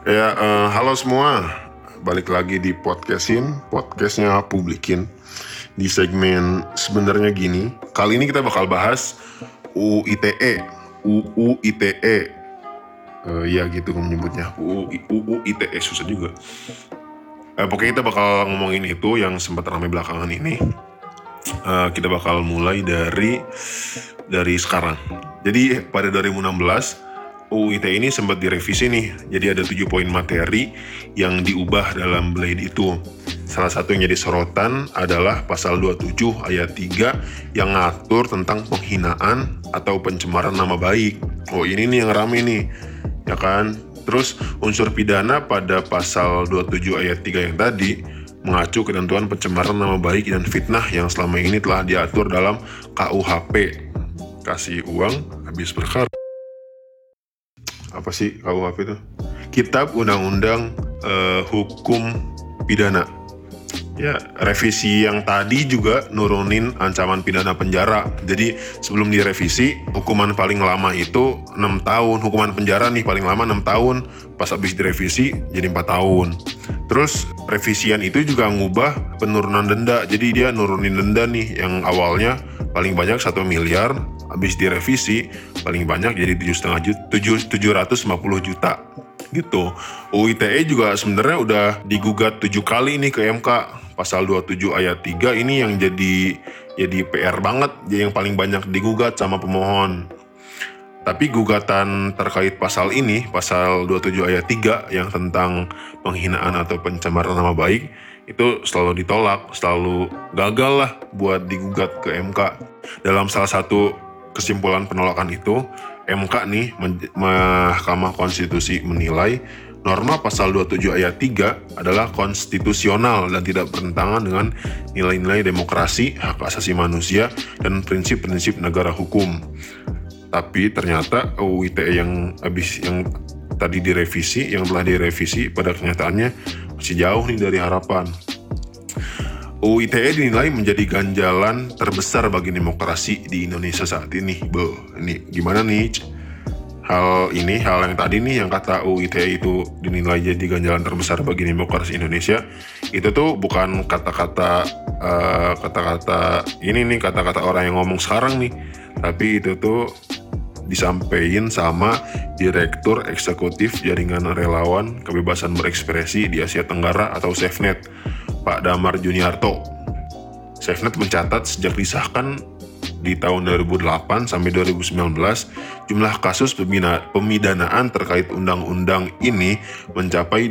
Halo semua, balik lagi di podcastnya Publikin di segmen sebenarnya gini. Kali ini kita bakal bahas UU ITE, ya gitu menyebutnya. UU ITE susah juga. Pokoknya kita bakal ngomongin itu yang sempat ramai belakangan ini. Kita bakal mulai dari sekarang. Jadi pada 2016 UU ITE ini sempat direvisi nih, jadi ada 7 poin materi yang diubah dalam blade itu. Salah satu yang jadi sorotan adalah pasal 27 ayat 3 yang ngatur tentang penghinaan atau pencemaran nama baik. Oh ini nih yang rame nih, ya kan? Terus unsur pidana pada pasal 27 ayat 3 yang tadi mengacu ketentuan pencemaran nama baik dan fitnah yang selama ini telah diatur dalam KUHP. Kasih uang habis berkar. Apa sih KUHP itu? Kitab Undang-Undang Hukum Pidana. Ya, revisi yang tadi juga nurunin ancaman pidana penjara. Jadi sebelum direvisi, hukuman paling lama itu 6 tahun. Hukuman penjara nih paling lama 6 tahun. Pas habis direvisi jadi 4 tahun. Terus revisian itu juga ngubah penurunan denda. Jadi dia nurunin denda nih yang awalnya paling banyak 1 miliar. Habis direvisi paling banyak jadi 750 juta gitu. UU ITE juga sebenarnya udah digugat 7 kali nih ke MK. Pasal 27 ayat 3 ini yang jadi PR banget, jadi yang paling banyak digugat sama pemohon. Tapi gugatan terkait pasal ini, pasal 27 ayat 3 yang tentang penghinaan atau pencemaran nama baik, itu selalu ditolak, selalu gagal lah buat digugat ke MK. Dalam salah satu kesimpulan penolakan itu, MK nih, Mahkamah Konstitusi menilai norma pasal 27 ayat 3 adalah konstitusional dan tidak bertentangan dengan nilai-nilai demokrasi, hak asasi manusia, dan prinsip-prinsip negara hukum. Tapi ternyata UU ITE yang tadi direvisi, yang telah direvisi pada kenyataannya masih jauh nih dari harapan. UU ITE dinilai menjadi ganjalan terbesar bagi demokrasi di Indonesia saat ini. Ini gimana nih? Hal yang tadi nih yang kata UU ITE itu dinilai jadi ganjalan terbesar bagi demokrasi Indonesia, itu tuh bukan kata-kata orang yang ngomong sekarang nih, tapi itu tuh disampaikan sama Direktur Eksekutif Jaringan Relawan Kebebasan Berekspresi di Asia Tenggara atau SafeNet, Pak Damar Juniarto. SafeNet mencatat sejak disahkan di tahun 2008 sampai 2019, jumlah kasus pemidanaan terkait undang-undang ini mencapai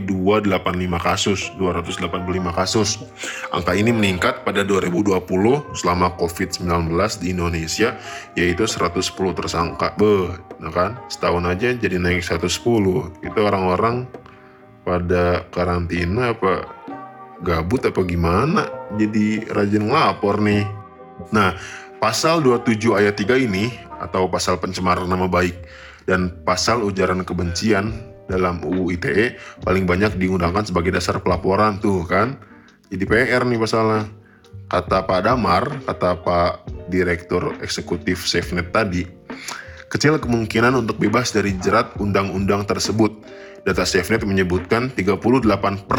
285 kasus. Angka ini meningkat pada 2020 selama COVID-19 di Indonesia, yaitu 110 tersangka. Kan? Setahun aja jadi naik 110. Itu orang-orang pada karantina apa gabut apa gimana? Jadi rajin ngelapor nih. Nah, pasal 27 ayat 3 ini atau pasal pencemaran nama baik dan pasal ujaran kebencian dalam UU ITE paling banyak digunakan sebagai dasar pelaporan tuh kan. Jadi PR nih pasalnya. Kata Pak Damar, kata Pak Direktur Eksekutif SafeNet tadi, kecil kemungkinan untuk bebas dari jerat undang-undang tersebut. Data SafeNet menyebutkan 38%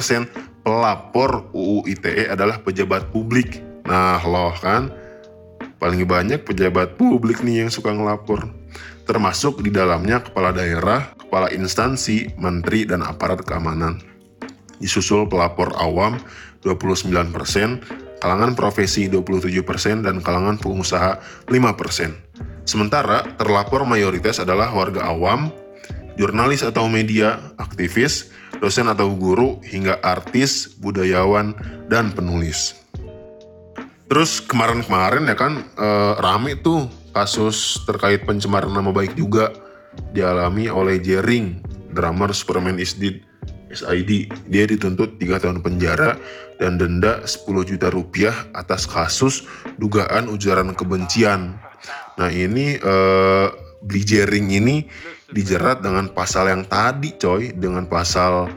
pelapor UU ITE adalah pejabat publik. Nah loh kan, paling banyak pejabat publik nih yang suka ngelapor. Termasuk di dalamnya kepala daerah, kepala instansi, menteri, dan aparat keamanan. Disusul pelapor awam 29%, kalangan profesi 27%, dan kalangan pengusaha 5%. Sementara terlapor mayoritas adalah warga awam, jurnalis atau media, aktivis, dosen atau guru, hingga artis, budayawan, dan penulis. Terus kemarin ya kan rame tuh kasus terkait pencemaran nama baik juga dialami oleh Jering, drummer Superman SID. Dia dituntut 3 tahun penjara dan denda 10 juta rupiah atas kasus dugaan ujaran kebencian. Nah ini Jering ini dijerat dengan pasal yang tadi coy, dengan pasal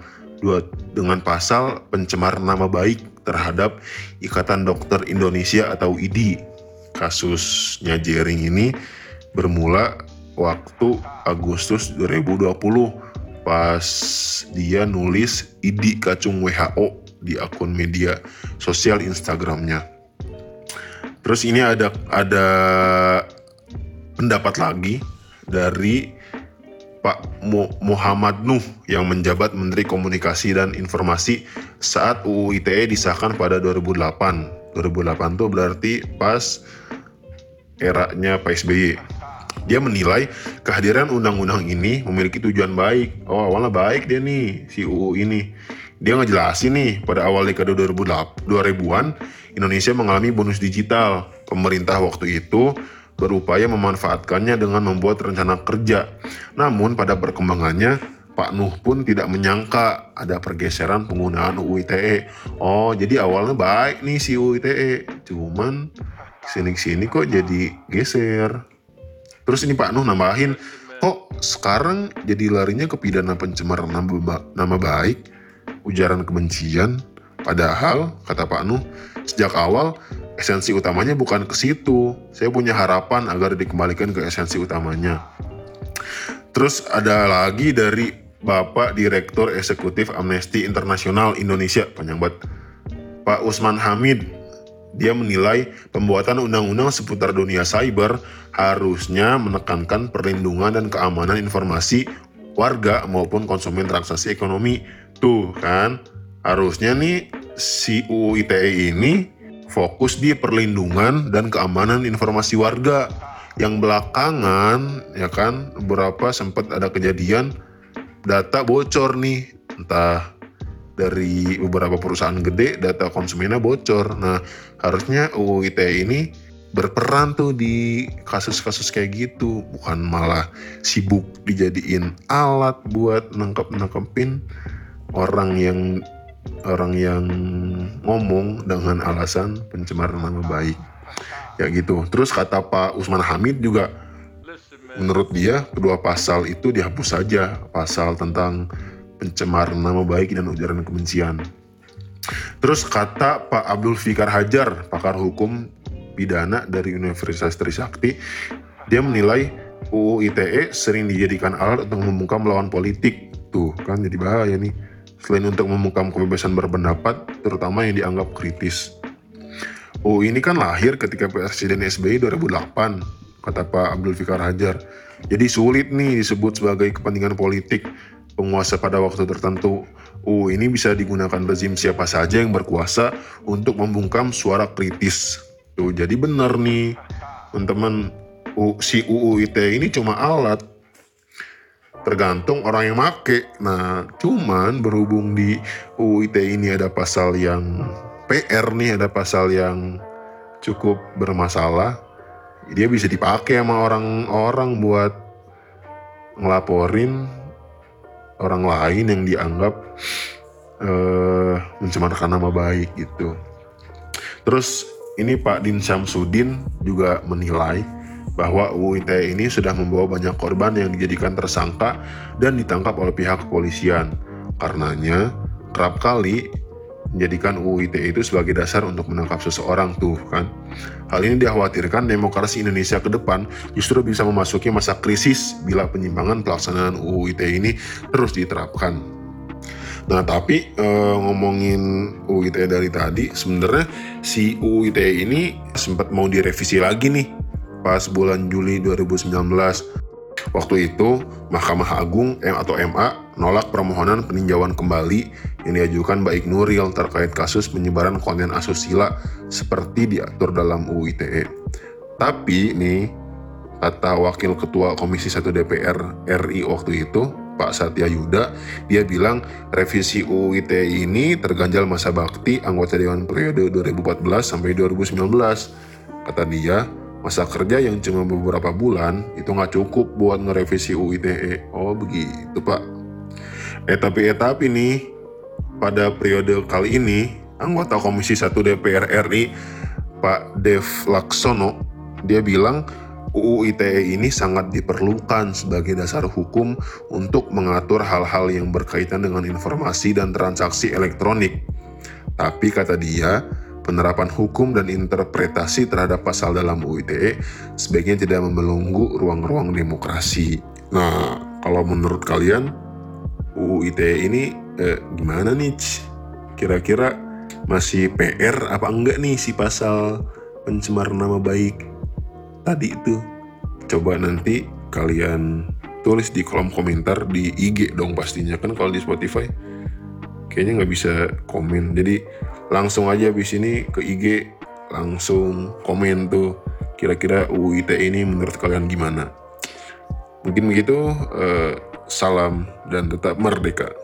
pencemaran nama baik terhadap Ikatan Dokter Indonesia atau IDI. Kasusnya Jering ini bermula waktu Agustus 2020 pas dia nulis idi kacung WHO di akun media sosial Instagramnya. Terus ini ada pendapat lagi dari Pak Muhammad Nuh yang menjabat Menteri Komunikasi dan Informasi saat UU ITE disahkan pada 2008. 2008 tuh berarti pas eranya Pak SBY. Dia menilai kehadiran undang-undang ini memiliki tujuan baik. Oh, awalnya baik dia nih, si UU ini. Dia ngejelasin nih, pada awal dekade 2000-an, Indonesia mengalami bonus digital. Pemerintah waktu itu berupaya memanfaatkannya dengan membuat rencana kerja. Namun pada perkembangannya, Pak Nuh pun tidak menyangka ada pergeseran penggunaan UU ITE. Oh, jadi awalnya baik nih si UU ITE. Cuman sini-sini kok jadi geser. Terus ini Pak Nuh nambahin, kok sekarang jadi larinya ke pidana pencemaran nama baik, ujaran kebencian. Padahal, kata Pak Nuh, sejak awal esensi utamanya bukan ke situ. Saya punya harapan agar dikembalikan ke esensi utamanya. Terus ada lagi dari Bapak Direktur Eksekutif Amnesty International Indonesia, panjang banget, Pak Usman Hamid. Dia menilai pembuatan undang-undang seputar dunia cyber harusnya menekankan perlindungan dan keamanan informasi warga maupun konsumen transaksi ekonomi. Tuh kan, harusnya nih si UU ITE ini fokus di perlindungan dan keamanan informasi warga. Yang belakangan, ya kan, beberapa sempat ada kejadian data bocor nih, entah dari beberapa perusahaan gede, data konsumennya bocor. Nah, harusnya UU ITE ini berperan tuh di kasus-kasus kayak gitu, bukan malah sibuk dijadiin alat buat nangkepin orang yang ngomong dengan alasan pencemaran nama baik. Ya gitu. Terus kata Pak Usman Hamid juga, menurut dia kedua pasal itu dihapus saja, pasal tentang pencemaran nama baik dan ujaran kebencian. Terus kata Pak Abdul Fikar Hajar, pakar hukum pidana dari Universitas Trisakti, dia menilai UU ITE sering dijadikan alat untuk membungkam lawan politik. Tuh kan jadi bahaya nih. Selain untuk membungkam kebebasan berpendapat, terutama yang dianggap kritis. UU ini kan lahir ketika Presiden SBY 2008, kata Pak Abdul Fikar Hajar. Jadi sulit nih disebut sebagai kepentingan politik penguasa pada waktu tertentu. UU ini bisa digunakan rezim siapa saja yang berkuasa untuk membungkam suara kritis. Tuh, jadi benar nih, teman-teman, si UU ITE ini cuma alat. Tergantung orang yang make. Nah, cuman berhubung di UU ITE ini ada pasal yang PR nih, ada pasal yang cukup bermasalah, dia bisa dipakai sama orang-orang buat ngelaporin orang lain yang dianggap mencemarkan nama baik gitu. Terus ini Pak Din Syamsuddin juga menilai bahwa UU ITE ini sudah membawa banyak korban yang dijadikan tersangka dan ditangkap oleh pihak kepolisian. Karenanya kerap kali menjadikan UU ITE itu sebagai dasar untuk menangkap seseorang tuh kan. Hal ini dikhawatirkan demokrasi Indonesia ke depan justru bisa memasuki masa krisis bila penyimpangan pelaksanaan UU ITE ini terus diterapkan. Nah tapi ngomongin UU ITE dari tadi, sebenarnya si UU ITE ini sempat mau direvisi lagi nih pas bulan Juli 2019. Waktu itu Mahkamah Agung atau MA nolak permohonan peninjauan kembali yang diajukan Baik Nuril terkait kasus penyebaran konten asusila seperti diatur dalam UU ITE. Tapi nih, kata Wakil Ketua Komisi 1 DPR RI waktu itu, Pak Satya Yuda, dia bilang revisi UU ITE ini terganjal masa bakti anggota Dewan periode 2014 sampai 2019. Kata dia, masa kerja yang cuma beberapa bulan itu nggak cukup buat ngerevisi UU ITE. Oh begitu Pak. Tapi nih, pada periode kali ini, anggota Komisi 1 DPR RI, Pak Dev Laksono, dia bilang UU ITE ini sangat diperlukan sebagai dasar hukum untuk mengatur hal-hal yang berkaitan dengan informasi dan transaksi elektronik. Tapi kata dia, penerapan hukum dan interpretasi terhadap pasal dalam UU ITE sebaiknya tidak membelenggu ruang-ruang demokrasi. Nah, kalau menurut kalian UU ITE ini gimana nih? Kira-kira masih PR apa enggak nih si pasal pencemaran nama baik tadi itu? Coba nanti kalian tulis di kolom komentar di IG dong pastinya, kan kalau di Spotify kayaknya nggak bisa komen, jadi langsung aja abis ini ke IG langsung komen tuh kira-kira UU ITE ini menurut kalian gimana. Mungkin begitu, salam dan tetap merdeka.